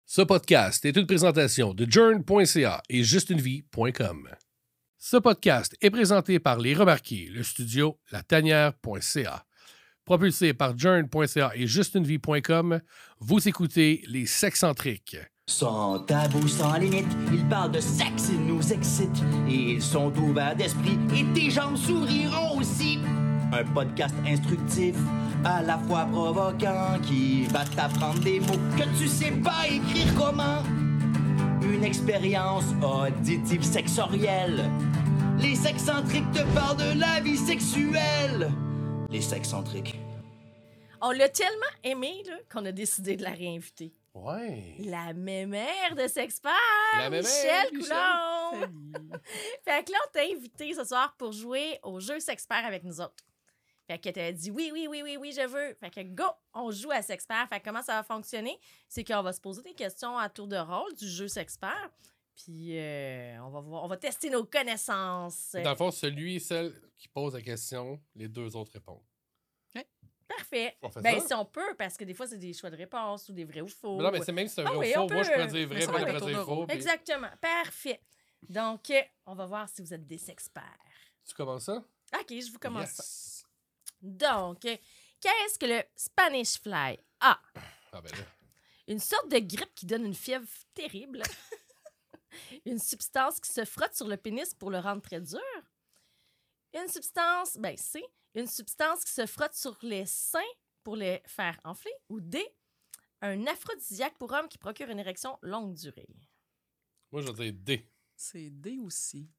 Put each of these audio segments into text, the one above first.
Ce podcast est une présentation de Journ.ca et justunevie.com. Ce podcast est présenté par Les Remarqués, le studio latanière.ca. Propulsé par Journ.ca et justunevie.com, vous écoutez Les Sexcentriques. Sans tabou, sans limite, ils parlent de sexe, ils nous excitent. Et ils sont ouverts d'esprit, et tes gens souriront aussi. Un podcast instructif, à la fois provoquant, qui va t'apprendre des mots que tu sais pas écrire comment. Une expérience auditive sexorielle. Les sexcentriques te parlent de la vie sexuelle. Les sexcentriques. On l'a tellement aimé là, qu'on a décidé de la réinviter. Ouais. La mémère de Sexpert, La mémère, Michel Michel. Coulomb. Fait que là, on t'a invité ce soir pour jouer au jeu Sexpert avec nous autres. Fait que t'as dit oui, je veux. Fait que go, on joue à Sexpert. Fait que comment ça va fonctionner? C'est qu'on va se poser des questions à tour de rôle du jeu Sexpert. Puis on va tester nos connaissances. Dans le fond, celui et celle qui pose la question, les deux autres répondent. Parfait. On fait Ben, ça? si on peut, parce que des fois, c'est des choix de réponse ou des vrais ou faux. Mais non, mais c'est même si c'est un Ah vrai oui, ou on faux. Moi, peut- je pourrais dire vrai, ça moi, va je être pourrais dire autour de faux. puis- Exactement. Parfait. Donc, on va voir si vous êtes des experts. Tu commences ça? OK, je vous commence ça. Yes. Donc, qu'est-ce que le Spanish Fly? A. Ah ben là. Une sorte de grippe qui donne une fièvre terrible. Une substance qui se frotte sur le pénis pour le rendre très dur. Une substance, ben C. Une substance qui se frotte sur les seins pour les faire enfler. Ou D. Un aphrodisiaque pour homme qui procure une érection longue durée. Moi, je vais dire D. C'est D aussi.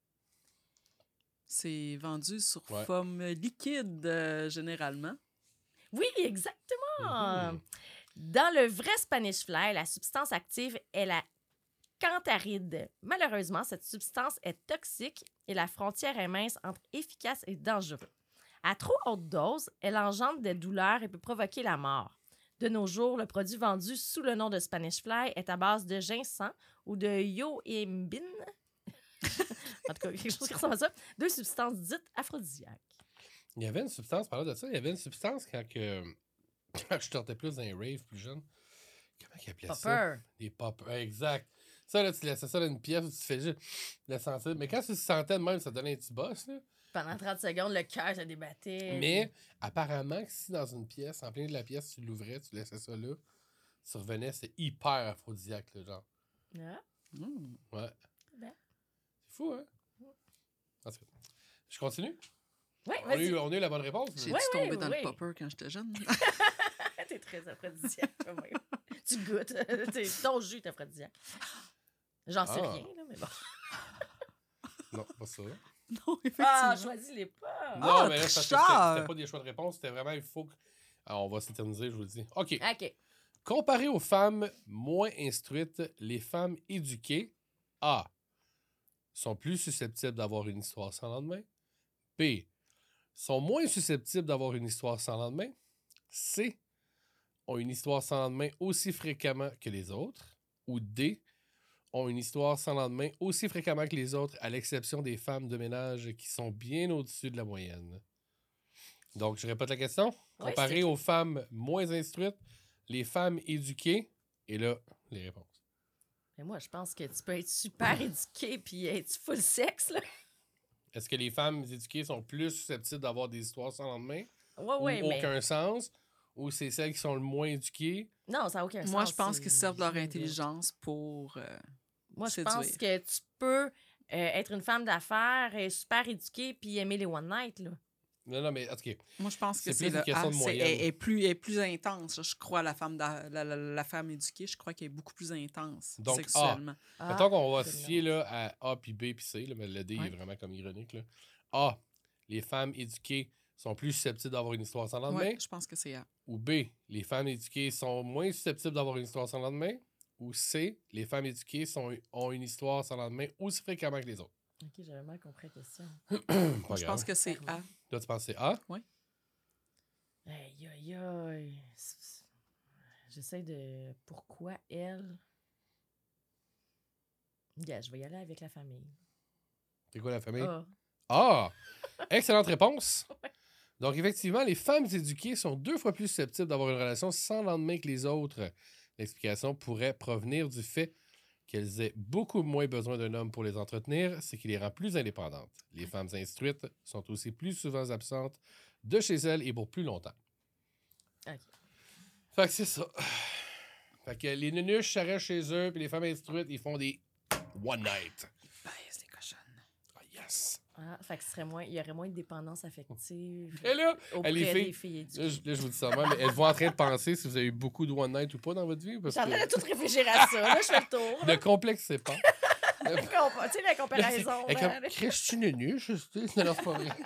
C'est vendu sur Ouais. forme liquide, généralement. Oui, exactement. Mhm. Dans le vrai Spanish Fly, la substance active est la cantharide. Malheureusement, cette substance est toxique et la frontière est mince entre efficace et dangereux. À trop haute dose, elle engendre des douleurs et peut provoquer la mort. De nos jours, le produit vendu sous le nom de Spanish Fly est à base de ginseng ou de yohimbine. En tout cas, quelque chose qui ressemble à ça. Deux substances dites aphrodisiaques. Il y avait une substance, parlant de ça, il y avait une substance quand je sortais plus dans les raves plus jeune. Comment ils appelaient ça? Popper. Des poppers, exact. Ça, là, tu laissais ça dans une pièce où tu fais juste le sentir. Mais quand tu le sentais de même, ça donnait un petit boss, là. Pendant 30 secondes, le cœur se débattait. Mais apparemment, que si dans une pièce, en plein de la pièce, tu l'ouvrais, tu laissais ça là, tu revenais, c'est hyper aphrodisiaque, le genre. Ah. Mm. Ouais. Ben. C'est fou, hein? En tout cas, je continue? Oui, On a, vas-y. eu la bonne réponse? J'ai Ouais, dû tomber ouais, dans ouais. le popper quand j'étais jeune. T'es très aphrodisiaque, quand même. Tu goûtes. Ton jus est aphrodisiaque. J'en sais Ah. rien, là, mais bon. Non, pas ça. Non, effectivement. Ah, choisis-les pas. Non, mais là, parce que tricheur! c'était pas des choix de réponse, c'était vraiment, il faut que... Alors, on va s'éterniser, je vous le dis. OK. OK. Comparé aux femmes moins instruites, les femmes éduquées, A, sont plus susceptibles d'avoir une histoire sans lendemain. B, sont moins susceptibles d'avoir une histoire sans lendemain. C, ont une histoire sans lendemain aussi fréquemment que les autres. Ou D, ont une histoire sans lendemain aussi fréquemment que les autres, à l'exception des femmes de ménage qui sont bien au-dessus de la moyenne. Donc, je répète la question. Oui, Comparé c'est- aux femmes moins instruites, les femmes éduquées, et là, les réponses. Mais moi, je pense que tu peux être super éduqué puis être full sexe, là. Est-ce que les femmes éduquées sont plus susceptibles d'avoir des histoires sans lendemain? Ouais, Ou ouais, mais... aucun sens? Ou c'est celles qui sont le moins éduquées? Non, ça n'a aucun sens. Moi, je pense c'est- qu'ils servent de leur intelligence pour Moi, je séduire. pense que tu peux être une femme d'affaires et super éduquée puis aimer les one night, là. Non, mais OK. Moi, je pense que C'est c'est plus une le question A. de C'est- moyenne. elle est plus intense. là. Je crois la femme, la femme éduquée, je crois qu'elle est beaucoup plus intense Donc, sexuellement. Ah, Mettons qu'on va c'est se non. fier là, à A, puis B, puis C, là, mais le D Ouais. est vraiment comme ironique. Là. A, les femmes éduquées sont plus susceptibles d'avoir une histoire sans lendemain. Ouais, je pense que c'est A. Ou B, les femmes éduquées sont moins susceptibles d'avoir une histoire sans lendemain. Ou C, les femmes éduquées ont une histoire sans lendemain aussi fréquemment que les autres. OK, j'avais mal compris la question. Pas Je grave. pense que c'est A. Là, tu penses que c'est A? Aïe, aïe, aïe. J'essaie de... Pourquoi elle? Yeah, je vais y aller avec la famille. C'est quoi la famille? Ah. Ah! Excellente réponse! Donc, effectivement, les femmes éduquées sont 2 fois plus susceptibles d'avoir une relation sans lendemain que les autres. L'explication pourrait provenir du fait qu'elles aient beaucoup moins besoin d'un homme pour les entretenir, ce qui les rend plus indépendantes. Les femmes instruites sont aussi plus souvent absentes de chez elles et pour plus longtemps. OK. Fait que c'est ça. Fait que les nunuches, ça reste chez eux, puis les femmes instruites, ils font des one night. Baisse les cochonnes. Ah, yes! Ah, fait que il y aurait moins de dépendance affective Et là, auprès les des filles, filles éduquées. là, je vous dis ça même, mais êtes-vous en train de penser si vous avez eu beaucoup de one night ou pas dans votre vie? Parce J'en que train de tout réfléchir à ça. Là, je fais le tour. ne complexez pas. Tu sais, la comparaison. Et là. comme, Christ, tu nunuche, tu sais, non, c'est pas vrai.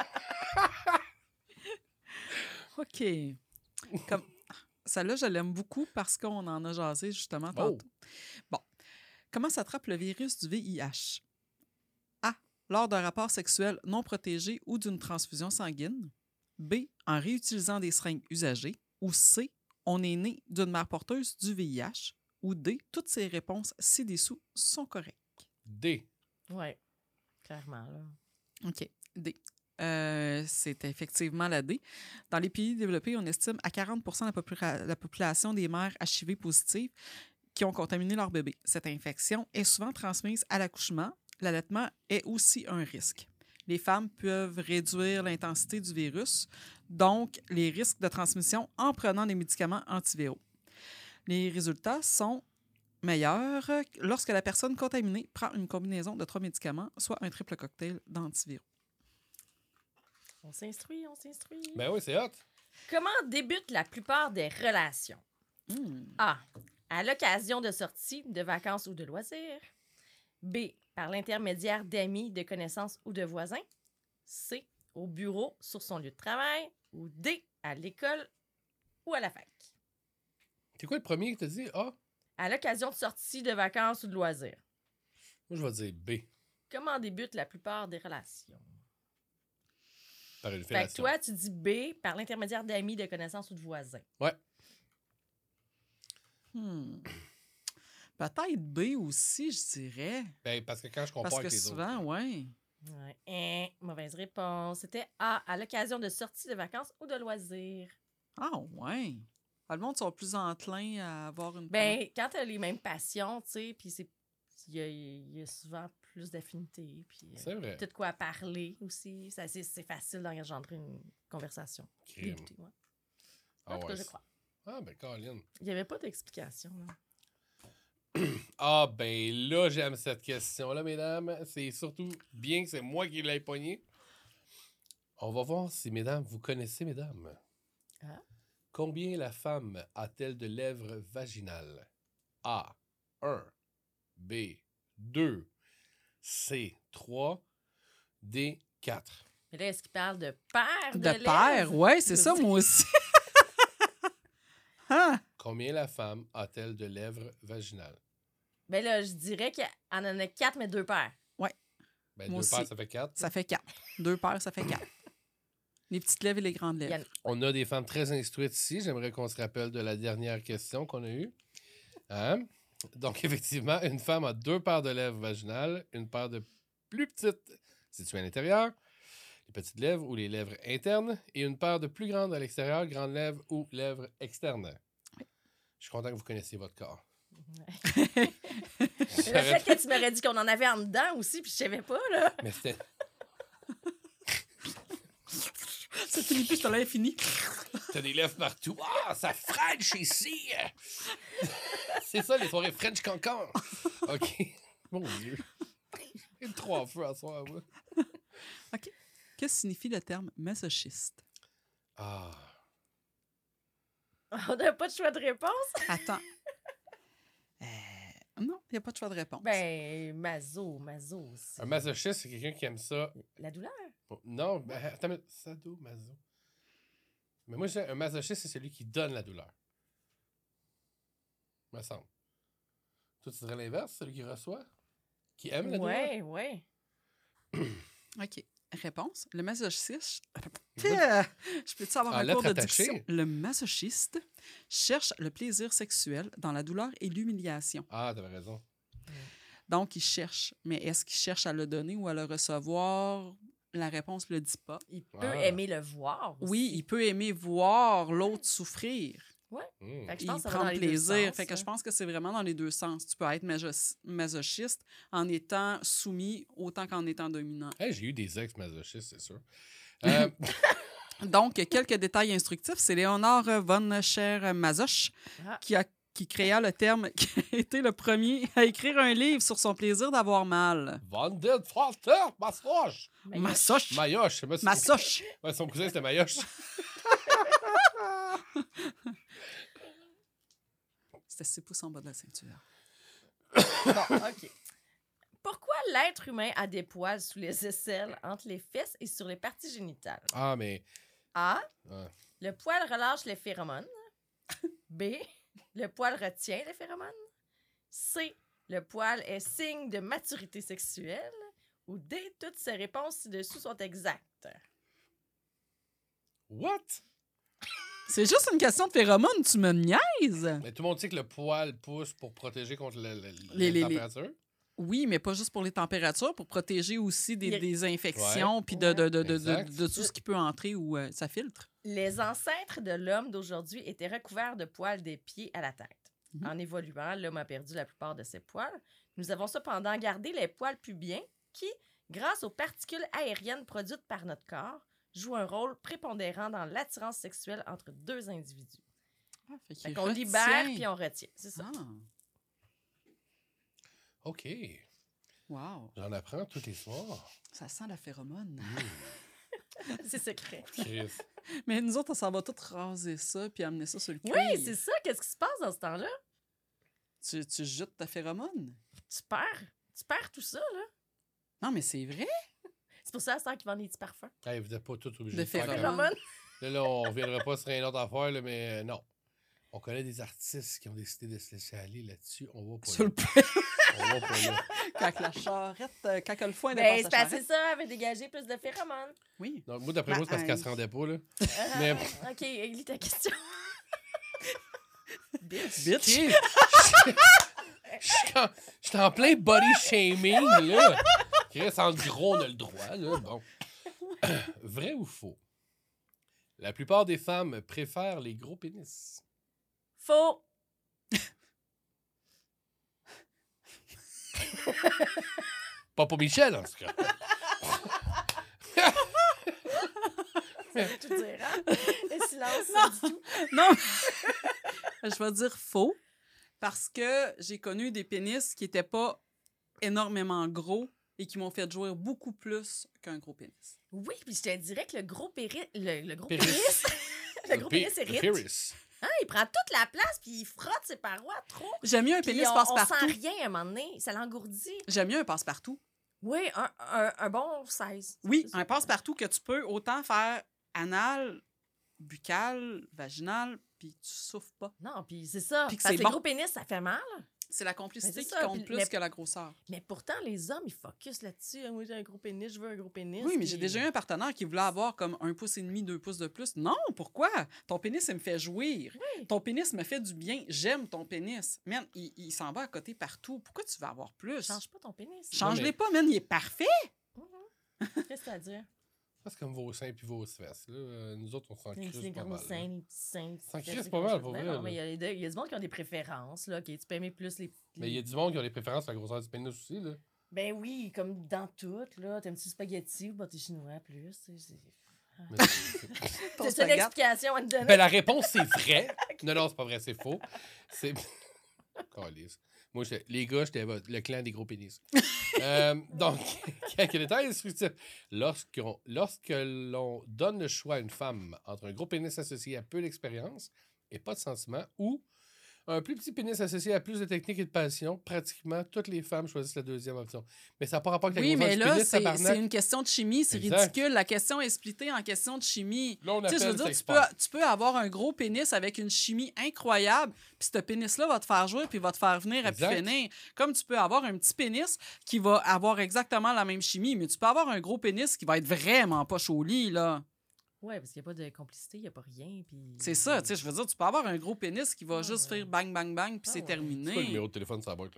OK. Comme... Celle-là, je l'aime beaucoup parce qu'on en a jasé justement Oh. tantôt. Bon. Comment s'attrape le virus du VIH? A. Lors d'un rapport sexuel non protégé ou d'une transfusion sanguine. B. En réutilisant des seringues usagées. Ou C. On est né d'une mère porteuse du VIH. Ou D. Toutes ces réponses ci-dessous sont correctes. D. Oui, clairement. Là. OK. D. C'est effectivement la D. Dans les pays développés, on estime à 40 la population des mères HIV positives qui ont contaminé leur bébé. Cette infection est souvent transmise à l'accouchement. L'allaitement est aussi un risque. Les femmes peuvent réduire l'intensité du virus, donc les risques de transmission en prenant des médicaments antiviraux. Les résultats sont meilleurs lorsque la personne contaminée prend une combinaison de 3 médicaments, soit un triple cocktail d'antiviraux. On s'instruit, on s'instruit. Ben oui, c'est hot. Comment débutent la plupart des relations? A. À l'occasion de sorties, de vacances ou de loisirs. B. Par l'intermédiaire d'amis, de connaissances ou de voisins. C. Au bureau, sur son lieu de travail. Ou D. À l'école ou à la fac. C'est quoi le premier que tu as dit? A? À l'occasion de sorties, de vacances ou de loisirs. Moi, je vais dire B. Comment débutent la plupart des relations? Par une Fait que fellation. toi, tu dis B, par l'intermédiaire d'amis, de connaissances ou de voisins. Ouais. Peut-être B aussi, je dirais. Ben, parce que quand je compare Parce que avec les souvent, autres. oui. Ouais. Mauvaise réponse. C'était A, à l'occasion de sorties, de vacances ou de loisirs. Ah, ouais. Le monde sont plus enclins à avoir une... Ben, quand tu as les mêmes passions, tu sais, puis il y a souvent plus d'affinités, puis C'est vrai. peut-être quoi à parler aussi. C'est facile d'engendrer une conversation. Crime. Débuter, ouais. En tout cas, je crois. Ah, ben, Colin. Il n'y avait pas d'explication. Là. Ah, ben là, j'aime cette question-là, mesdames. C'est surtout bien que c'est moi qui l'ai pogné. On va voir si, mesdames, vous connaissez, mesdames. Ah. Combien la femme a-t-elle de lèvres vaginales? A. 1. B. 2. C. 3. D. 4. Mais là, est-ce qu'il parle de paire de De lèvres? père, oui, c'est ça, moi aussi. Ah! Combien la femme a-t-elle de lèvres vaginales? Ben là, je dirais qu'il en a 4, mais 2 paires. Ben, Moi 2 paires, aussi. ça fait 4. Ça fait 4. 2 paires, ça fait 4. Les petites lèvres et les grandes Il y en- lèvres. On a des femmes très instruites ici. J'aimerais qu'on se rappelle de la dernière question qu'on a eue. Hein? Donc, effectivement, une femme a 2 paires de lèvres vaginales, une paire de plus petites situées à l'intérieur, les petites lèvres ou les lèvres internes, et une paire de plus grandes à l'extérieur, grandes lèvres ou lèvres externes. Je suis content que vous connaissiez votre corps. Le fait que tu m'aurais dit qu'on en avait en dedans aussi, puis je savais pas, là. Mais c'était... Ça finit plus, c'est l'infini. T'as des lèvres partout. Ah, ça French ici! C'est ça, les soirées French cancan. OK. Mon Dieu. J'ai 3 feux à soir, moi. OK. Qu'est-ce que signifie le terme masochiste? Ah. On n'a pas de choix de réponse. Attends. Non, il n'y a pas de choix de réponse. Ben, maso, c'est... Un masochiste, c'est quelqu'un qui aime ça. La douleur. Non, ben, attends, mais sado, maso. Mais moi, un masochiste, c'est celui qui donne la douleur. Me semble. Toi, tu dirais l'inverse, celui qui reçoit? Qui aime la douleur? Ouais. OK. Réponse. Le masochiste... Je peux-tu avoir un lettre cours de attachée. diction? Le masochiste cherche le plaisir sexuel dans la douleur et l'humiliation. Ah, t'avais raison. Donc, il cherche. Mais est-ce qu'il cherche à le donner ou à le recevoir? La réponse ne le dit pas. Il peut Ah. aimer le voir aussi. Oui, il peut aimer voir l'autre souffrir. Ouais. Hmm. Fait que je Il pense que ça va prend dans les deux plaisir. sens, Fait que là. je pense que c'est vraiment dans les deux sens. Tu peux être masochiste en étant soumis autant qu'en étant dominant. Hey, j'ai eu des ex-masochistes, c'est sûr. Euh, Donc, quelques détails instructifs. C'est Léonard von Scher-Masoch Ah. qui créa le terme, qui a été le premier à écrire un livre sur son plaisir d'avoir mal. Van der Vater, Masroche. Masoch! Mayoche. Masoch! Ouais, son cousin, c'était Mayoche. C'était 6 pouces en bas de la ceinture. Bon, OK. Pourquoi l'être humain a des poils sous les aisselles, entre les fesses et sur les parties génitales? Ah, mais... A. Ouais. Le poil relâche les phéromones. B. Le poil retient les phéromones. C. Le poil est signe de maturité sexuelle. Ou D. Toutes ces réponses ci-dessous sont exactes. What? C'est juste une question de phéromones, tu me niaises? Mais tout le monde sait que le poil pousse pour protéger contre Les- la température. Oui, mais pas juste pour les températures, pour protéger aussi Il y a- des infections puis Ouais. Exact. de tout ce qui peut entrer où ça filtre. Les ancêtres de l'homme d'aujourd'hui étaient recouverts de poils des pieds à la tête. Mhm. En évoluant, l'homme a perdu la plupart de ses poils. Nous avons cependant gardé les poils pubiens qui, grâce aux particules aériennes produites par notre corps, jouent un rôle prépondérant dans l'attirance sexuelle entre deux individus. Ah, fait Fait qu'il qu'on retient. libère puis on retient. C'est ça. Ah, OK. wow. J'en apprends tous les soirs. Ça sent la phéromone. C'est secret. Chris. Mais nous autres, on s'en va tout raser ça puis amener ça sur le cuir. Oui, c'est ça. Qu'est-ce qui se passe dans ce temps-là? Tu jettes ta phéromone? Tu perds tout ça, là. Non, mais c'est vrai. C'est pour ça, à ce temps qu'ils vendent des petits parfums. Hey, vous n'êtes pas tous obligés De de faire phéromones. comme- Phéromones. Là, on ne reviendra pas sur une autre affaire, là, mais non. On connaît des artistes qui ont décidé de se laisser aller là-dessus. On va pas Sur là. le poil. On va pas là. Quand la charrette, quand le foin Ben, dépasse c'est la passé charrette. ça, avait dégagé plus de phéromones. Oui. Donc, moi, d'après Ben, moi, c'est parce qu'elle se rendait pas, là. Mais- OK, lis ta question. Bitch. Bitch. Chris, je suis en plein body shaming, là. Chris, en gros, on a le droit, là. Bon. Vrai ou faux? La plupart des femmes préfèrent les gros pénis. Faux. Pas pour Michel, en tout cas. Ça veut tout dire, hein? Le silence, ça dit tout. Non. Je vais dire faux parce que j'ai connu des pénis qui n'étaient pas énormément gros et qui m'ont fait jouir beaucoup plus qu'un gros pénis. Oui, puis je te dirais que le gros pénis... Le gros Pénis. pénis... le gros pénis Le hérite. Péris. Hein, il prend toute la place, puis il frotte ses parois trop. J'aime mieux un Puis pénis on passe-partout. sent rien à un moment donné. Ça l'engourdit. J'aime mieux un passe-partout. Oui, un bon 16. Oui, C'est ça. un passe-partout que tu peux autant faire anal, buccal, vaginal, puis tu souffres pas. Non, puis c'est ça. Puis que Parce c'est que les bon. gros pénis, ça fait mal. C'est la complicité Mais c'est qui ça, compte puis plus mais- que la grosseur. Mais pourtant, les hommes, ils focusent là-dessus. Ah, moi, j'ai un gros pénis, je veux un gros pénis. Oui, mais puis- j'ai déjà eu un partenaire qui voulait avoir comme 1,5 pouce, 2 pouces de plus. Non, pourquoi? Ton pénis, il me fait jouir. Oui. Ton pénis me fait du bien. J'aime ton pénis. Man, il s'en va à côté partout. Pourquoi tu veux avoir plus? Change pas ton pénis. Change-les mais- pas, man. Il est parfait. Qu'est-ce que t'as à dire? C'est comme vos seins puis vos fesses. Là. Nous autres, on s'en Les crisse pas gros mal. seins, là. les petits seins. Ça les crisse fesses, pas les mal, grosses pour choses. vrai, Non, mais là. il y a du monde qui ont des préférences. Là. OK, tu peux aimer plus les... Mais il y a du monde qui a des préférences à la grosseur du pénis aussi. Là. Ben oui, comme dans tout. Là. T'aimes-tu le spaghetti ou pâté chinois plus? Mais Ton C'est une spaghetti. explication à te donner. Ben, la réponse, c'est vrai. Non, c'est pas vrai, c'est faux. C'est. Calisse. Moi, les gars, j'étais le clan des gros pénis. Donc, quelques détails instructifs. Lorsque l'on donne le choix à une femme entre un gros pénis associé à peu d'expérience et pas de sentiment ou un plus petit pénis associé à plus de technique et de passion, pratiquement toutes les femmes choisissent la deuxième option. Mais ça n'a pas rapport avec la Oui, grosseur mais du là, pénis, c'est tabarnak. une question de chimie. C'est Exact. ridicule. La question est splittée en question de chimie. Là, on Tu sais, je veux appelle dire, les experts. tu peux avoir un gros pénis avec une chimie incroyable, puis ce pénis-là va te faire jouer, puis va te faire venir à plus Exact. finir. Comme tu peux avoir un petit pénis qui va avoir exactement la même chimie, mais tu peux avoir un gros pénis qui va être vraiment pas chaud au lit, là. Ouais, parce qu'il n'y a pas de complicité, il n'y a pas rien. Puis... C'est ça, tu sais, je veux dire, tu peux avoir un gros pénis qui va Ah juste ouais. faire bang, bang, bang, puis Ah c'est ouais. terminé. C'est quoi le numéro de téléphone sur la boîte, là?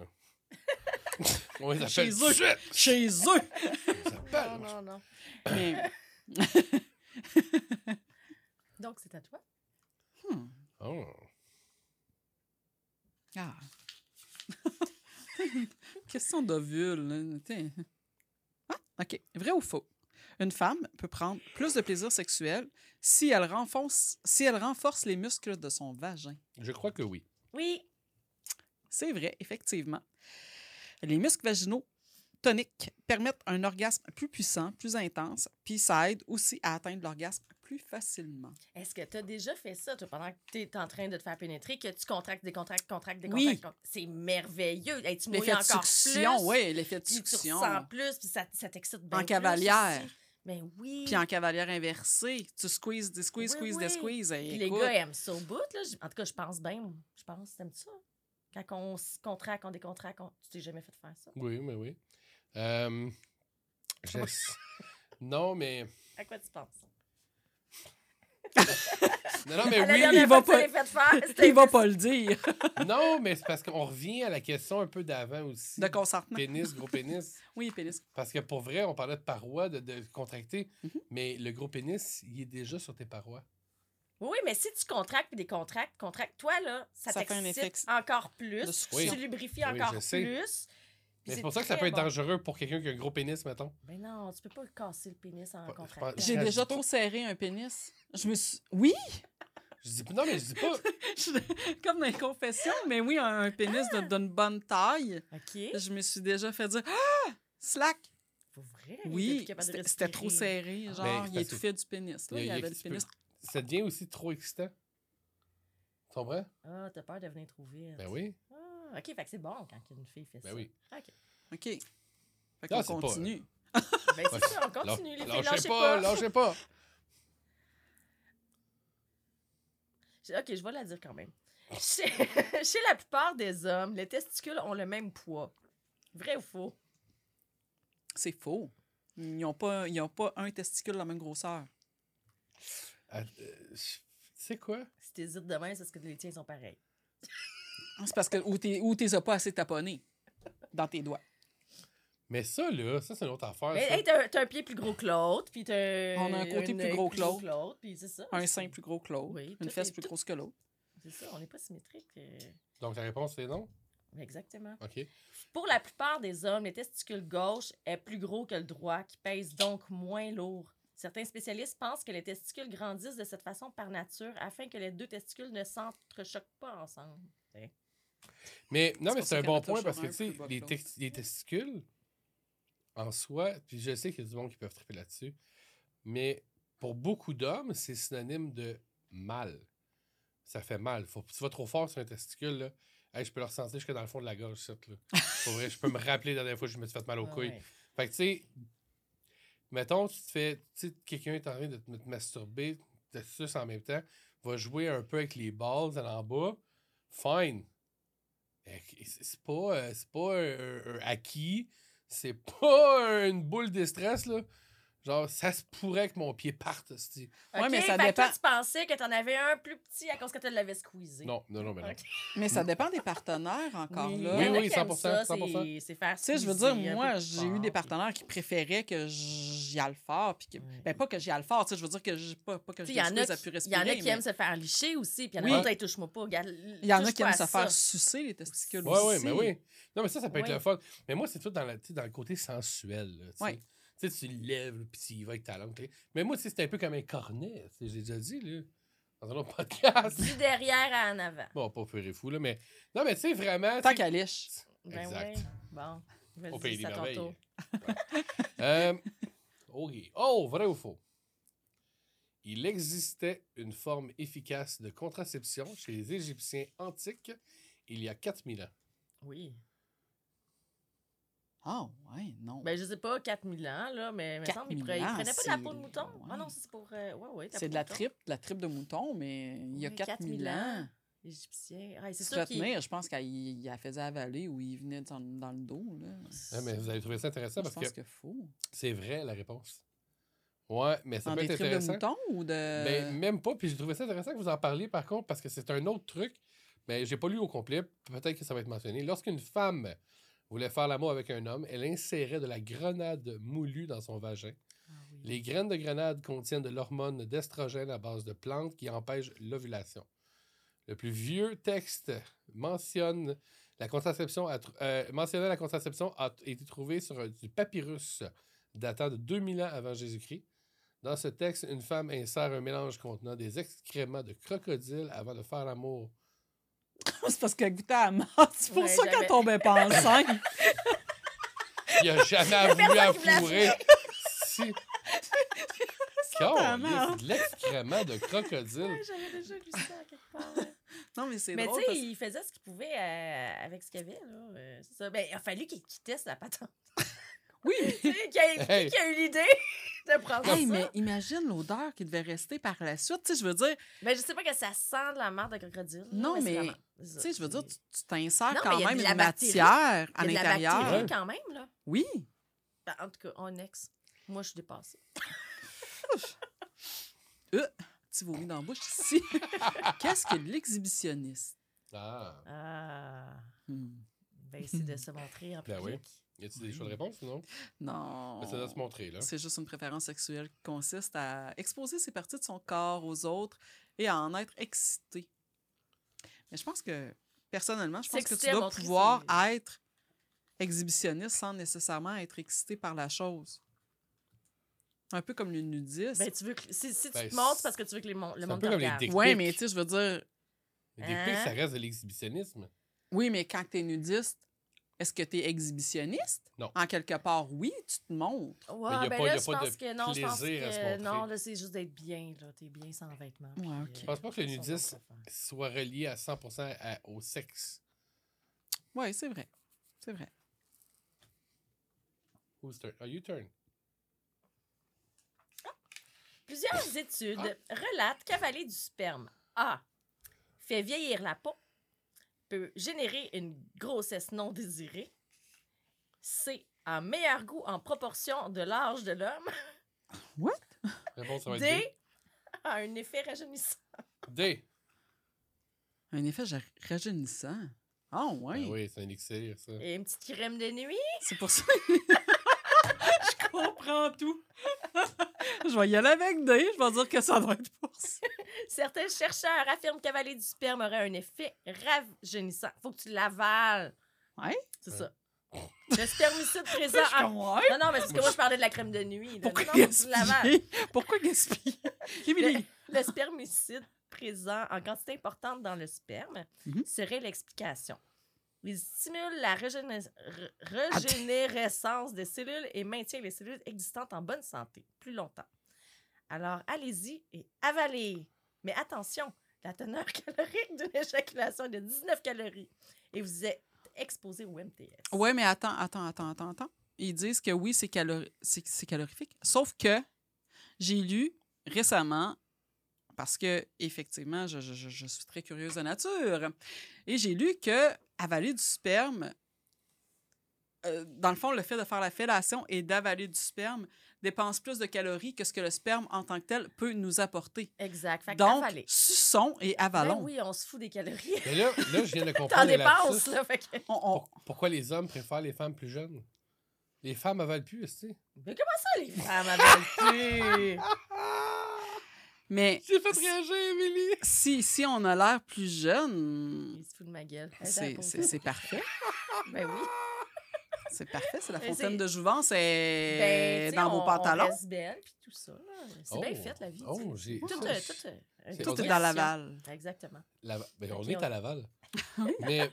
On les Chez appelle tout eux. de suite. Chez eux! On les appelle. Non, non, non. Mais, Donc, c'est à toi. hmm, Oh. Ah. Question d'ovule. Là. Tiens. Ah, OK. Vrai ou faux? Une femme peut prendre plus de plaisir sexuel si elle renforce les muscles de son vagin. Je crois que oui. Oui. C'est vrai, effectivement. Les muscles vaginaux toniques permettent un orgasme plus puissant, plus intense, puis ça aide aussi à atteindre l'orgasme plus facilement. Est-ce que tu as déjà fait ça, toi, pendant que tu es en train de te faire pénétrer, que tu contractes, décontractes, Oui. C'est merveilleux. Hey, tu mouilles L'effet de encore succion, plus. oui, l'effet de Puis tu succion. ressens plus, puis ça t'excite bien En plus cavalière. aussi. Mais oui. Puis en cavalière inversée, tu squeezes, des squeeze, Oui, squeeze, oui. des squeeze. Puis les gars aiment ça au bout, là. En tout cas, je pense bien. Je pense, t'aimes ça? Quand on se contracte, on décontracte, tu t'es jamais fait faire ça? Oui, mais oui. Non, mais... À quoi tu penses? Non, mais À la oui. dernière il fois va que tu pas- l'as fait faire, c'était Il va pas le dire. Non, mais c'est parce qu'on revient à la question un peu d'avant aussi. De consentement. Pénis, gros pénis. Oui, pénis. Parce que pour vrai, on parlait de parois, de contracter, Mhm. mais le gros pénis, il est déjà sur tes parois. Oui, mais si tu contractes puis décontractes, toi, là, ça Ça fait un t'excite effet encore plus. de succion. Tu lubrifies Oui, encore je sais. plus. Mais c'est pour ça que ça peut être dangereux pour quelqu'un qui a un gros pénis, mettons. Mais non, tu peux pas casser le pénis en Pas- contractant. je J'ai Je déjà dis pas- trop serré un pénis. Je me suis... Oui! Je dis non, mais je dis pas. Comme dans les confessions, mais oui, un pénis d'une bonne taille. OK. Je me suis déjà fait dire « Ah! Slack! Pour vrai? » Oui, c'était trop serré. Genre, Ben, il parce étouffait du pénis. Là. Il y avait le pénis. Ça devient aussi trop excitant. Tu comprends? Ah, t'as peur de venir trop vite. Ben oui. Ah, OK, fait que c'est bon quand une fille fait ça. Ben oui. OK. OK. Fait Non, qu'on c'est pas- continue. Ben c'est ça, on continue. Les filles, Lâchez pas, lâchez pas. OK, je vais la dire quand même. Chez la plupart des hommes, les testicules ont le même poids. Vrai ou faux? C'est faux. Ils n'ont pas un testicule de la même grosseur. C'est quoi? Si t'hésites demain, c'est parce que les tiens sont pareils. C'est parce que ou t'es as pas assez taponné dans tes doigts. Mais ça, là, ça, c'est une autre affaire. Mais ça. hey, t'as un pied plus gros que l'autre, puis t'as On a un côté plus gros que l'autre. puis c'est ça. Un sein plus gros que l'autre. Oui, Une tout fesse est- plus tout- grosse que l'autre. C'est ça, on n'est pas symétrique. Donc, la réponse, c'est non? Exactement. OK. Pour la plupart des hommes, le testicule gauche est plus gros que le droit, qui pèse donc moins lourd. Certains spécialistes pensent que les testicules grandissent de cette façon par nature afin que les deux testicules ne s'entrechoquent pas ensemble. Mais non, C'est mais pour c'est ça un qu'il y en bon a point toujours parce que, un tu sais, plus bas que l'autre. les testicules, en soi, puis je sais qu'il y a du monde qui peuvent triper là-dessus, mais pour beaucoup d'hommes, c'est synonyme de mal. Ça fait mal. Tu vas trop fort sur un testicule, là. Hey, je peux le ressentir jusque dans le fond de la gorge, ça, là. Pour vrai, je peux me rappeler la dernière fois que je me suis fait mal aux couilles. Ouais. Fait que, tu sais, mettons, tu te fais, tu sais, quelqu'un est en train de te masturber, te suce en même temps, va jouer un peu avec les balles en bas, fine. C'est pas un acquis, c'est pas une boule de stress, là. Genre, ça se pourrait que mon pied parte, c'ti. Ouais, mais ça fait que dépend. toi, tu pensais que t'en avais un plus petit à cause que tu l'avais squeezé. Non, mais non. Ok. Mais ça dépend des partenaires encore Oui, là. Oui, il y en a oui, qui aiment 100%, ça, 100%. c'est faire Tu sais, je veux squeezer dire, un moi, peu plus j'ai eu des fort, partenaires qui préféraient que j'y aille fort. Puis que... Ouais. Ben, pas que j'y aille fort, tu sais, je veux dire que pas que je Il y en a squeeze à pu qui respirer. aiment se faire licher aussi, puis il y en a Oui. d'autres, ils touchent-moi pas. Il y en a qui aiment se faire sucer les testicules Ouais, aussi. mais oui. Non, mais ça peut être Oui. le fun. Mais moi, c'est tout dans le côté sensuel, là, tu sais. Ouais. Tu sais, tu le lèves, puis tu y vas avec ta langue. T'sais. Mais moi, tu sais, c'est un peu comme un cornet. Tu sais, j'ai déjà dit, là, dans un autre podcast. Du derrière à en avant. Bon, pas purée fou, là, mais... Non, mais tu sais, vraiment... Tant tu sais- qu'à liche. Ben Exact. ouais. Bon, Au pays vas-y, des c'est à ton merveilles. tour. OK. Oh, vrai ou faux? Il existait une forme efficace de contraception chez les Égyptiens antiques il y a 4000 ans. Oui. Ah, ouais, non. Ben, je sais pas, 4000 ans, là, mais il me semble qu'ils 4000 ans, prenaient pas de la c'est- peau de mouton. ouais. Ah non, ça, c'est pour... ouais, C'est de la tripe de mouton, mais il y a Oui, 4000 ans. Égyptien. Ah, c'est Se sûr qu'il... retenir, je pense qu'il la faisait avaler ou il venait dans le dos. Là. Ah, mais vous avez trouvé ça intéressant Moi, je parce pense que que faux. c'est vrai, la réponse. Ouais, mais ça Dans peut des être tripes de intéressant. mouton ou de... Ben, même pas. Puis j'ai trouvé ça intéressant que vous en parliez, par contre, parce que c'est un autre truc. Mais j'ai pas lu au complet. Peut-être que ça va être mentionné. Lorsqu'une femme voulait faire l'amour avec un homme, elle insérait de la grenade moulue dans son vagin. Ah oui. Les graines de grenade contiennent de l'hormone d'estrogène à base de plantes qui empêchent l'ovulation. Le plus vieux texte mentionnant la contraception a été trouvé sur du papyrus datant de 2000 ans avant Jésus-Christ. Dans ce texte, une femme insère un mélange contenant des excréments de crocodile avant de faire l'amour. C'est parce qu'elle goûtait à la mort. C'est pour Ouais, ça qu'elle j'avais- tombait pas enceinte. Il a jamais voulu personne qui voulait affourer. Si. Totalement. C'est de l'excrément de crocodile. Ouais, j'avais déjà lu ça quelque part. Non, mais c'est Mais drôle. tu sais, parce- il faisait ce qu'il pouvait avec ce qu'il y avait. Là. C'est ça. Ben, il a fallu qu'il teste la patente. Oui, Tu sais, qui a eu l'idée de prendre hey, ça. mais imagine l'odeur qui devait rester par la suite. Tu sais, je veux dire, Ben, je sais pas que ça sent de la marde de crocodile. là, Non, c'est mais, la marde. C'est ça, tu sais, je veux dire, c'est- tu t'insères Non, quand mais il y a même de la une bactérie. matière Il à y a de la l'intérieur. bactérie Ouais. quand même, là. Oui. Ben, en tout cas, on ex. Moi, je suis dépassée. Petit vomi dans la bouche ici. Qu'est-ce que l'exhibitionniste? Ah. Ah. Hmm. Ben, c'est de se montrer en Ben public. Y a-t-il des choix de réponse ou non? Non. Mais ça doit se montrer, là. C'est juste une préférence sexuelle qui consiste à exposer ses parties de son corps aux autres et à en être excité. Mais je pense que, personnellement, je pense que tu S'exciter à dois montrer pouvoir ses- être exhibitionniste sans nécessairement être excité par la chose. Un peu comme le nudiste. Ben, tu veux que... Si tu Ben, te montres, c'est parce que tu veux que le c'est monde un te peu comme les regarde. dick Oui, pics. mais tu sais, je veux dire, Les dick pics, Hein? ça reste de l'exhibitionnisme. oui, mais quand tu es nudiste, est-ce que tu es exhibitionniste? Non. En quelque part, oui, tu te montres. Ouais, Mais y a ben pas- là, y a je pas de pense que non, je pense plaisir à se que montrer. non, là, c'est juste d'être bien, là. T'es bien sans vêtements. puis, Ouais, ok. Je pense pas que le ça, on va nudiste pas faire. soit relié à 100% au sexe. Oui, c'est vrai. C'est vrai. Whose turn? You turn. Plusieurs études relatent qu'avaler du sperme A fait vieillir la peau, peut générer une grossesse non désirée, C a meilleur goût en proportion de l'âge de l'homme, Réponse, ça va être D a un effet rajeunissant. D. Un effet rajeunissant. Ah, ouais. Ben oui, c'est un élixir, ça. Et une petite crème de nuit. C'est pour ça. Je comprends tout. Je vais y aller avec D. Je vais dire que ça doit être pour ça. Certains chercheurs affirment qu'avaler du sperme aurait un effet rajeunissant. Faut que tu l'avales. Ouais. C'est Ouais. ça. Le spermicide présent Je suis en... comme, ouais. Non, non, mais c'est parce que moi, je parlais de la crème de nuit. là. Pourquoi Non, non, faut que tu l'avales. gaspiller? Pourquoi gaspiller? Émilie. Le spermicide présent en quantité importante dans le sperme Mhm. serait l'explication. Il stimule la régénérescence des cellules et maintient les cellules existantes en bonne santé plus longtemps. Alors, allez-y et avalez. Mais attention, la teneur calorique d'une éjaculation est de 19 calories et vous êtes exposé au MTS. Ouais, mais attends. Ils disent que oui, c'est c'est calorifique. Sauf que j'ai lu récemment, parce que effectivement, je suis très curieuse de nature, et j'ai lu que avaler du sperme, dans le fond, le fait de faire la fellation et d'avaler du sperme dépense plus de calories que ce que le sperme en tant que tel peut nous apporter. Exact. Fait Donc, qu'avaler. suçons et Ben avalons. oui, on se fout des calories. Mais là, je viens de T'en comprendre le dépenses, lapsus. là. Fait que... Pourquoi les hommes préfèrent les femmes plus jeunes? Les femmes avalent plus, tu sais. Mais comment ça, les femmes avalent plus? Mais J'ai fait réagir, Émilie! si on a l'air plus jeune, Il se fout de ma gueule. c'est parfait. Ben oui. C'est parfait, c'est la Ben, fontaine c'est- de jouvence Ben, est tu sais, dans vos on pantalons. reste belle, puis tout ça. là. C'est bien fait, la vie. Oh, tu sais. j'ai... Tout, ça, tout, C'est- Tout on est dirait dans que Laval. Exactement. Ben, on Ok, est à Laval. Mais...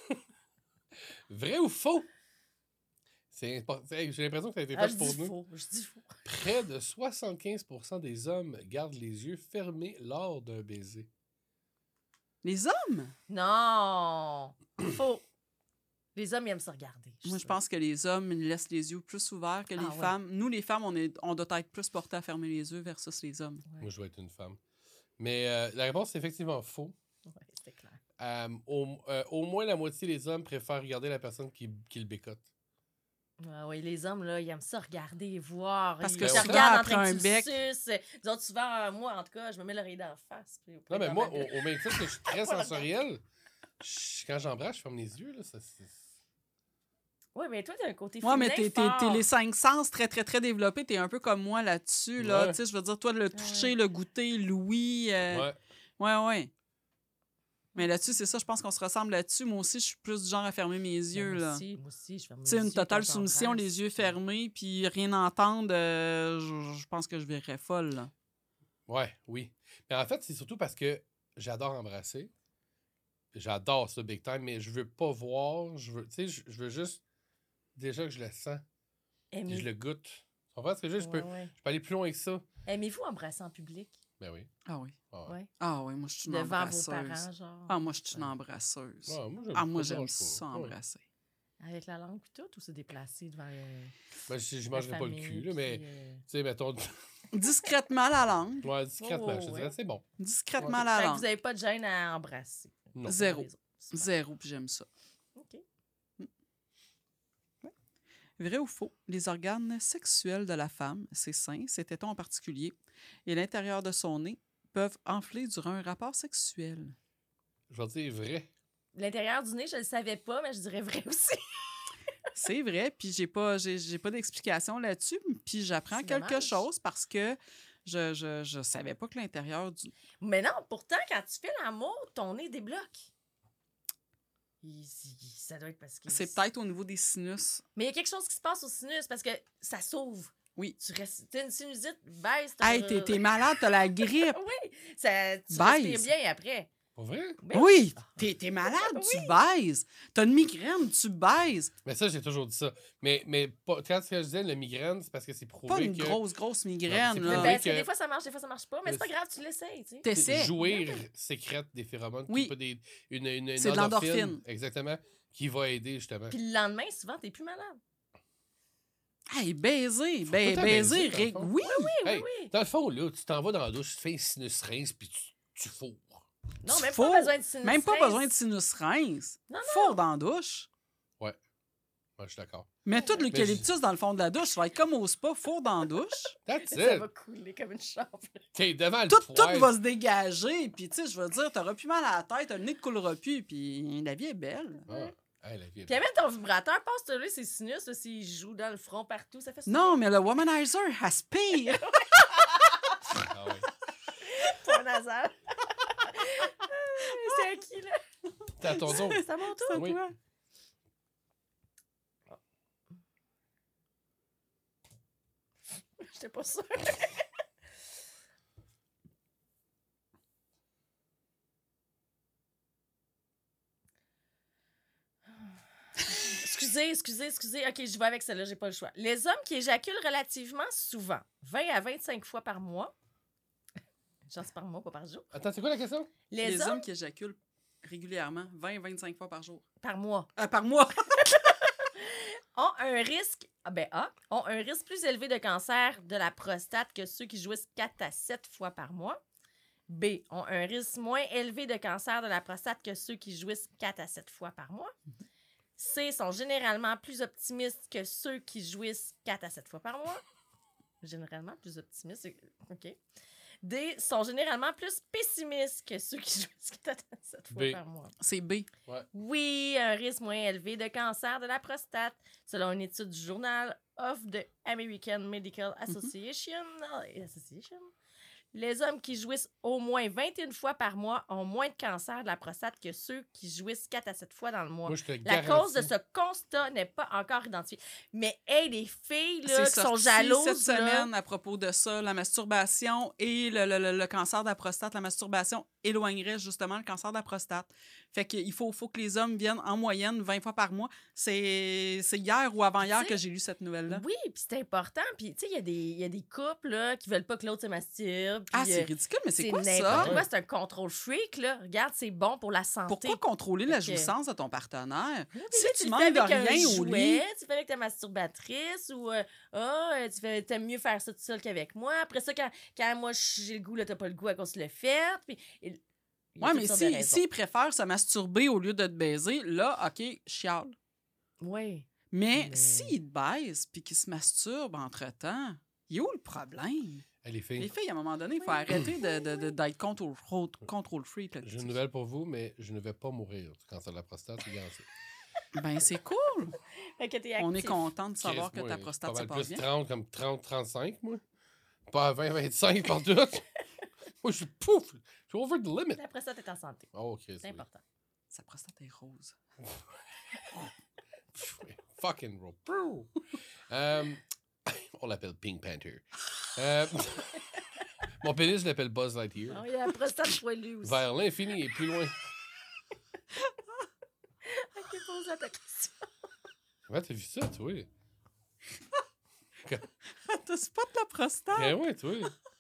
Vrai ou faux? J'ai l'impression que ça a été Ah, fait je pour dis nous. faux. Je dis faux. Près de 75% des hommes gardent les yeux fermés lors d'un baiser. Les hommes? Non! Faux. Les hommes, ils aiment se regarder. Moi, je pense que les hommes ils laissent les yeux plus ouverts que les Ah ouais. femmes. Nous, les femmes, on doit être plus portés à fermer les yeux versus les hommes. Ouais. Moi, je dois être une femme. Mais la réponse, c'est effectivement faux. Ouais, c'était clair. Au moins la moitié des hommes préfèrent regarder la personne qui le bécote. Ah oui, les hommes, là, ils aiment ça regarder, voir. Parce Ils que te souvent, regardent en après train un de tu bec- le suces. Disons, souvent, moi, en tout cas, je me mets l'oreille d'en face. Puis Non, mais dans moi, ma gueule. au même titre que je suis très sensoriel, quand j'embrasse, je ferme les yeux. Là, Oui, mais toi, t'as un côté Ouais, mais féminin t'es fort. les 5 sens très, très, très développés. T'es un peu comme moi là-dessus. Là. Ouais. Tu sais, je veux dire, toi, le toucher, Ouais. le goûter, l'ouïe. Ouais. Ouais. Mais là-dessus, c'est ça, je pense qu'on se ressemble là-dessus. Moi aussi, je suis plus du genre à fermer mes yeux, là. Moi aussi, je ferme mes Tu sais, yeux une totale quand soumission, j'embrasse. les yeux fermés, puis rien entendre, je pense que je virerais folle, là. Ouais, oui. Mais en fait, c'est surtout parce que j'adore embrasser. J'adore ça big time, mais je veux pas voir. Je veux, tu sais, je veux juste déjà que je le sens et je le goûte. Tu comprends ce que je veux dire? Je peux aller plus loin que ça. Aimez-vous embrasser en public? Ben oui. Ah oui. Ah ouais. Ouais. Ah oui, moi, je suis une Devant vos embrasseuse. parents, genre? Ah, moi, je suis une embrasseuse. Ouais, moi, Ah, moi, ça j'aime dérange pas. ça, Ouais. embrasser. Avec la langue pis tout, ou se déplacer devant Ben, je la mangerai pas le famille, cul, là, mais puis, tu sais, mettons. Discrètement la langue. Ouais, discrètement, Oh, je te ouais. dirais, c'est bon. Discrètement Ouais. la Fait que langue. vous n'avez pas de gêne à embrasser. Non. Zéro. Les autres. Super. Zéro, puis j'aime ça. OK. Vrai ou faux, les organes sexuels de la femme, ses seins, ses tétons en particulier, et l'intérieur de son nez peuvent enfler durant un rapport sexuel. Je vais dire vrai. L'intérieur du nez, je le savais pas, mais je dirais vrai aussi. C'est vrai, puis j'ai pas d'explication là-dessus, puis j'apprends C'est quelque dommage. chose parce que je savais pas que l'intérieur du... Mais non, pourtant, quand tu fais l'amour, ton nez débloque. Ça doit être parce que... C'est peut-être au niveau des sinus. Mais il y a quelque chose qui se passe au sinus parce que ça s'ouvre. Oui. T'as une sinusite, baisse. Hey, t'es malade, t'as la grippe. Oui, tu Baise. respires bien après. Pas vrai? Ben Oui, t'es malade, Oui. tu baises. T'as une migraine, tu baises. Mais ça, j'ai toujours dit ça. Mais pas, quand je disais le migraine, c'est parce que c'est prouvé Pas une que grosse Non, migraine, c'est là. pas Ben, vrai que- des fois, ça marche, des fois, ça marche pas. Mais c'est pas Mais grave, tu l'essayes, tu sais. T'essaies. jouir sécrète des phéromones. Oui. Pas une C'est de l'endorphine. Exactement. Qui va aider, justement. Puis le lendemain, souvent, t'es plus malade. Hey, baiser, Faut tout le temps baiser, dans le Rick, fond. oui. Hey, oui. Dans le fond, là, tu t'en vas dans la douche, tu fais un sinus rince, puis tu fourres. Non, Tu même fourres. pas besoin de sinus Même pas rince. besoin de sinus rince. Non, Fourre dans la douche. Ouais, je suis d'accord. Mets tout l'eucalyptus dans le fond de la douche, ça va être comme au spa, fourre dans la douche. That's Ça it. va couler comme une chambre. T'es devant le Tout poêle. va se dégager, puis tu sais, je veux dire, t'auras plus mal à la tête, le nez ne coulera plus, puis la vie est belle. Ah, la vie est Puis même ton vibrateur, passe-le ses sinus, là, s'il joue dans le front partout, ça fait ça. Non, mais le womanizer aspire. Ah ouais. Point nasal. C'est à qui, là? T'es à ton tour. C'est à mon tour. Oui. J'étais pas sûre. Excusez. OK, je vais avec celle-là, j'ai pas le choix. Les hommes qui éjaculent relativement souvent, 20 à 25 fois par mois. Genre, c'est par mois, pas par jour. Attends, c'est quoi la question? Les hommes qui éjaculent régulièrement, 20-25 fois par jour. par mois Par mois. ont un risque, ont un risque plus élevé de cancer de la prostate que ceux qui jouissent 4 à 7 fois par mois. B, ont un risque moins élevé de cancer de la prostate que ceux qui jouissent 4 à 7 fois par mois. C, sont généralement plus optimistes que ceux qui jouissent 4 à 7 fois par mois. Généralement plus optimistes, OK. D, sont généralement plus pessimistes que ceux qui jouissent 4 à 7 fois B. par mois. C'est B. Oui, un risque moins élevé de cancer de la prostate, selon une étude du journal of the American Medical Association. Les hommes qui jouissent au moins 21 fois par mois ont moins de cancer de la prostate que ceux qui jouissent 4 à 7 fois dans le mois. Moi, je te La garantis. cause de ce constat n'est pas encore identifiée. Mais, hey, les filles là, C'est qui sont sorti jalouses, cette là, semaine à propos de ça, la masturbation et le cancer de la prostate. La masturbation éloignerait justement le cancer de la prostate. Fait qu'il faut que les hommes viennent en moyenne 20 fois par mois. C'est hier ou avant-hier Tu sais, que j'ai lu cette nouvelle-là. oui, puis c'est important. Puis, tu sais, il y a des couples là, qui veulent pas que l'autre se masturbe. Ah, puis, c'est ridicule, mais c'est quoi n'importe ça? Ouais. quoi, c'est un contrôle freak, là. Regarde, c'est bon pour la santé. Pourquoi contrôler la Fait que- jouissance de ton partenaire? Oui, Si là, tu le manques fais de avec un rien au lit... jouet, tu fais avec ta masturbatrice ou t'aimes mieux faire ça tout seul qu'avec moi. Après ça, quand moi j'ai le goût, là, t'as pas le goût à cause tu le fait. Puis, il y a Ouais, toutes mais sortes de raisons. s'ils préfèrent se masturber au lieu de te baiser, là, OK, chiale. Oui. Mais Mais- s'ils te baisent puis qu'ils se masturbent entre-temps, il est où le problème? Hey, les filles, Les filles, à un moment donné, il faut arrêter d'être control freak. Là. j'ai une nouvelle pour vous, mais je ne vais pas mourir du cancer de la prostate, c'est garanti. Ben, c'est cool. Fait que t'es On est actif. content de savoir Chris, que moi, ta prostate pas se mal passe plus bien. 30, comme 30, 35, moi. Pas à 20, 25 par tout. Moi, je suis pouf! Je suis over the limit. La prostate est en santé. Oh, OK. C'est important. Sa prostate est rose. Fucking bro. On l'appelle Pink Panther. Mon pénis, je l'appelle Buzz Lightyear. Oh, il y a la prostate poilue aussi. Vers l'infini et plus loin. Ok, pose la question. Comment t'as vu ça, toi? T'as spot la prostate? Eh ouais, toi.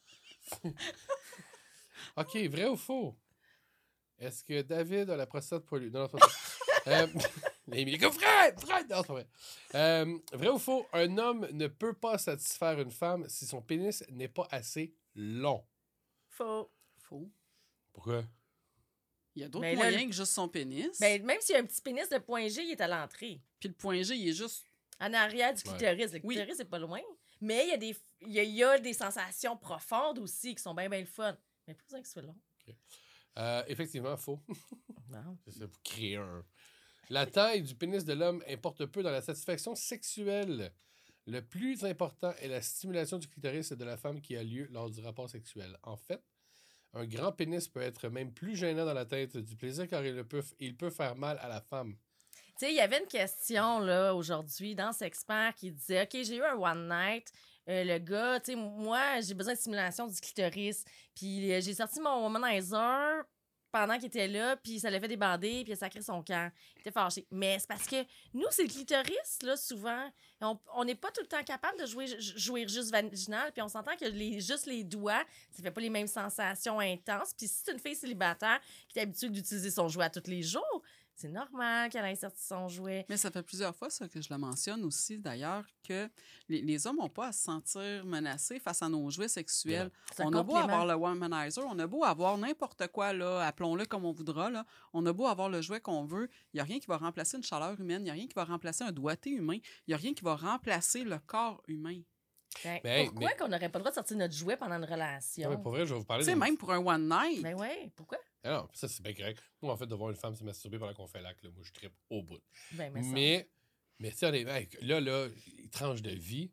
OK, vrai ou faux? Est-ce que David a la prostate poilue? Non, c'est pas ça. Il est comme Fred! Non, c'est pas vrai. Vrai ou faux? Un homme ne peut pas satisfaire une femme si son pénis n'est pas assez long. Faux. Faux. Pourquoi? Il y a d'autres Mais là, moyens que juste son pénis. Ben, même s'il y a un petit pénis, le point G, il est à l'entrée. Puis le point G, il est juste... En arrière du clitoris. Le clitoris, c'est pas loin. Mais il y a des sensations profondes aussi qui sont bien, bien le fun. Mais pas besoin que ce soit long. Effectivement, faux. Non. C'est ça, vous créez un... La taille du pénis de l'homme importe peu dans la satisfaction sexuelle. Le plus important est la stimulation du clitoris de la femme qui a lieu lors du rapport sexuel. En fait, un grand pénis peut être même plus gênant dans la tête du plaisir car il peut faire mal à la femme. Tu sais, il y avait une question là aujourd'hui dans Sexpert qui disait OK, j'ai eu un one night. Le gars, tu sais, moi, j'ai besoin de stimulation du clitoris. Puis j'ai sorti mon womanizer pendant qu'il était là, puis ça l'a fait débander, puis il a sacré son camp. Il était fâché. Mais c'est parce que nous, c'est le clitoris, là, souvent. On n'est pas tout le temps capable de jouer juste vaginal, puis on s'entend que juste les doigts, ça fait pas les mêmes sensations intenses. Puis si c'est une fille célibataire qui est habituée d'utiliser son jouet à tous les jours, c'est normal qu'elle ait sorti son jouet. Mais ça fait plusieurs fois, ça, que je la mentionne aussi, d'ailleurs, que les hommes n'ont pas à se sentir menacés face à nos jouets sexuels. C'est un On a beau complément. avoir le womanizer, on a beau avoir n'importe quoi, là, appelons-le comme on voudra, là. On a beau avoir le jouet qu'on veut, il n'y a rien qui va remplacer une chaleur humaine, il n'y a rien qui va remplacer un doigté humain, il n'y a rien qui va remplacer le corps humain. Ben, Mais- pourquoi mais- qu'on n'aurait pas le droit de sortir notre jouet pendant une relation? Non, mais pour vrai, je vais vous parler Tu sais, même pour un one night. Ben ouais, pourquoi? Ah non, ça, c'est bien correct. Moi, en fait, de voir une femme se masturber pendant qu'on fait l'acte, là, moi, je trippe au bout. Ben, Mais tu sais, honnêtement, là, tranche de vie,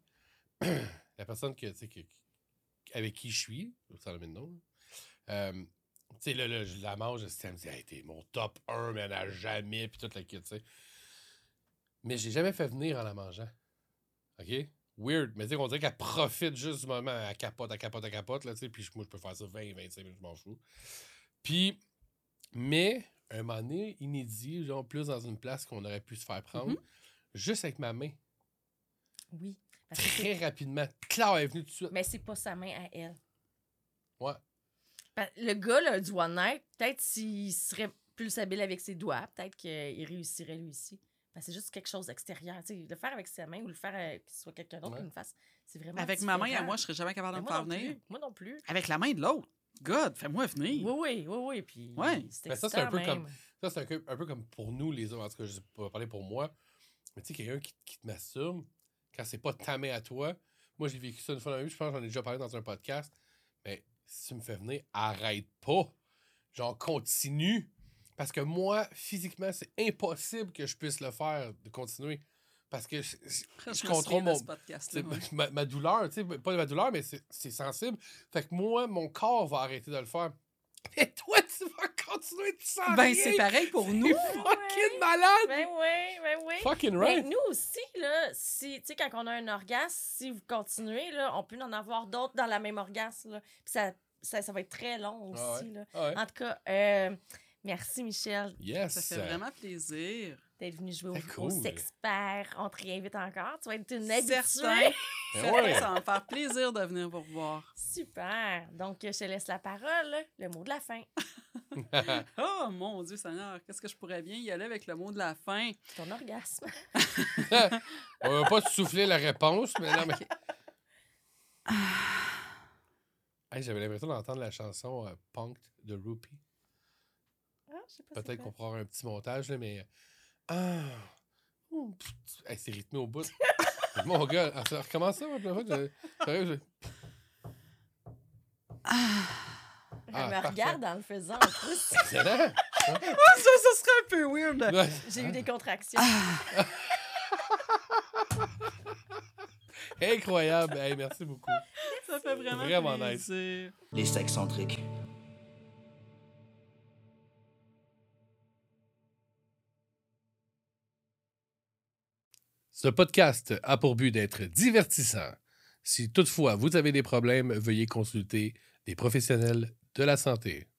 la personne que, tu sais, avec qui je suis, sans le nom, tu sais, là, je la mange, elle me dit, hey, t'es mon top 1, mais elle n'a jamais, puis toute la kit, tu sais. Mais j'ai jamais fait venir en la mangeant. OK? Weird. Mais tu sais, on dirait qu'elle profite juste du moment, elle capote, là, tu sais, puis moi, je peux faire ça 20, 25 minutes, je m'en fous. Puis, mais, un moment donné, inédit, genre plus dans une place qu'on aurait pu se faire prendre, juste avec ma main, oui. Parce que très rapidement. Claire est venue tout de suite. mais c'est pas sa main à elle. Ouais. Le gars là, du one night, peut-être s'il serait plus habile avec ses doigts, peut-être qu'il réussirait lui aussi. Parce que c'est juste quelque chose d'extérieur. Tu sais, le faire avec sa main ou le faire que ce soit quelqu'un d'autre qui le fasse, c'est vraiment Avec ma main à moi, je serais jamais capable de me faire venir. Moi non plus. Avec la main de l'autre. God, fais-moi venir. Oui. Puis Ouais. c'est Mais ça, c'est un peu excitant comme. même. Ça, c'est un peu comme pour nous, les hommes. En tout cas, je peux pas parler pour moi. Mais tu sais, quelqu'un qui te masturbe, quand c'est pas ta main à toi. Moi, j'ai vécu ça une fois dans ma vie. Je pense que j'en ai déjà parlé dans un podcast. Mais si tu me fais venir, arrête pas. Genre, continue. Parce que moi, physiquement, c'est impossible que je puisse le faire, de continuer. Parce que je contrôle mon. Ma douleur, tu sais, pas ma douleur, mais c'est sensible. Fait que moi, mon corps va arrêter de le faire. Et toi, tu vas continuer de sentir. Ben, c'est pareil pour nous. Fucking malade! Ben oui. Fucking Mais right! nous aussi, là, si, tu sais, quand on a un orgasme, si vous continuez, là, on peut en avoir d'autres dans la même orgasme. Là. Puis ça va être très long aussi. Ah ouais. Là. Ah ouais. En tout cas, merci, Michel, Yes! Ça fait vraiment plaisir. d'être venu jouer C'est au cool. Sexpert. On te réinvite encore. Tu vas être une Certain. habituée. Ben ouais. Ça va me faire plaisir de venir vous revoir. Super. Donc, je te laisse la parole. Le mot de la fin. Oh mon Dieu Seigneur, qu'est-ce que je pourrais bien y aller avec le mot de la fin? Ton orgasme. On va pas te souffler la réponse, mais non, mais. Hey, j'avais l'impression d'entendre la chanson Punked de Rupee. Ah, je sais pas Peut-être c'est qu'on quoi. fera un petit montage, là, mais. Hey, c'est rythmé au bout. Mon gars, ça recommence ça, moi, sérieux, Elle me parfait. regarde en le faisant. En plus. excellent! Ça serait un peu weird. Ouais. J'ai eu des contractions. Incroyable! Hey, merci beaucoup. Ça fait vraiment Vraiment plaisir. Les sexcentriques, Ce podcast a pour but d'être divertissant. Si toutefois vous avez des problèmes, veuillez consulter des professionnels de la santé.